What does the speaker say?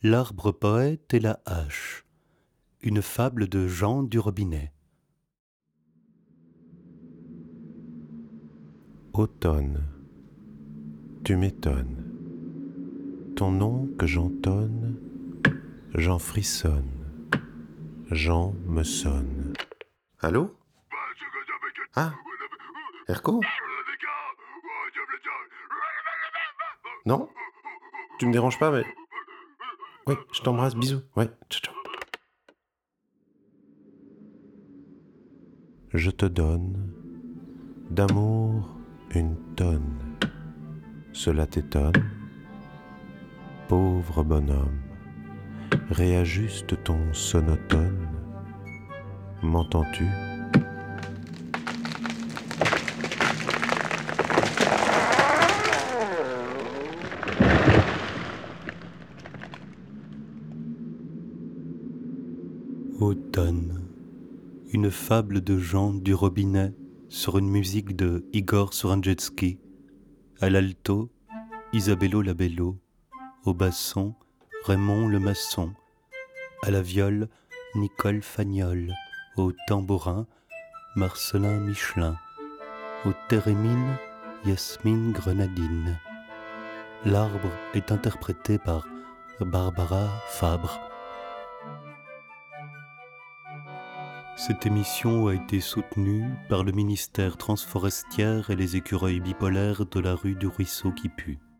L'arbre poète et la hache. Une fable de Jean du Robinet. Automne, tu m'étonnes. Ton nom que j'entonne, j'en frissonne, Jean me sonne. Allô? Ah, Erko? Non? Tu me déranges pas, mais... Oui, je t'embrasse, bisous. Ouais, ciao, ciao. Je te donne d'amour une tonne. Cela t'étonne? Pauvre bonhomme, réajuste ton sonotone. M'entends-tu? Automne. Une fable de Jean du Robinet sur une musique de Igor Suranjetsky. À l'alto, Isabello Labello. Au basson, Raymond le maçon. À la viole, Nicole Fagnol. Au tambourin, Marcelin Michelin. Au thérémine, Yasmine Grenadine. L'arbre est interprété par Barbara Fabre. Cette émission a été soutenue par le ministère Transforestière et les écureuils bipolaires de la rue du Ruisseau qui pue.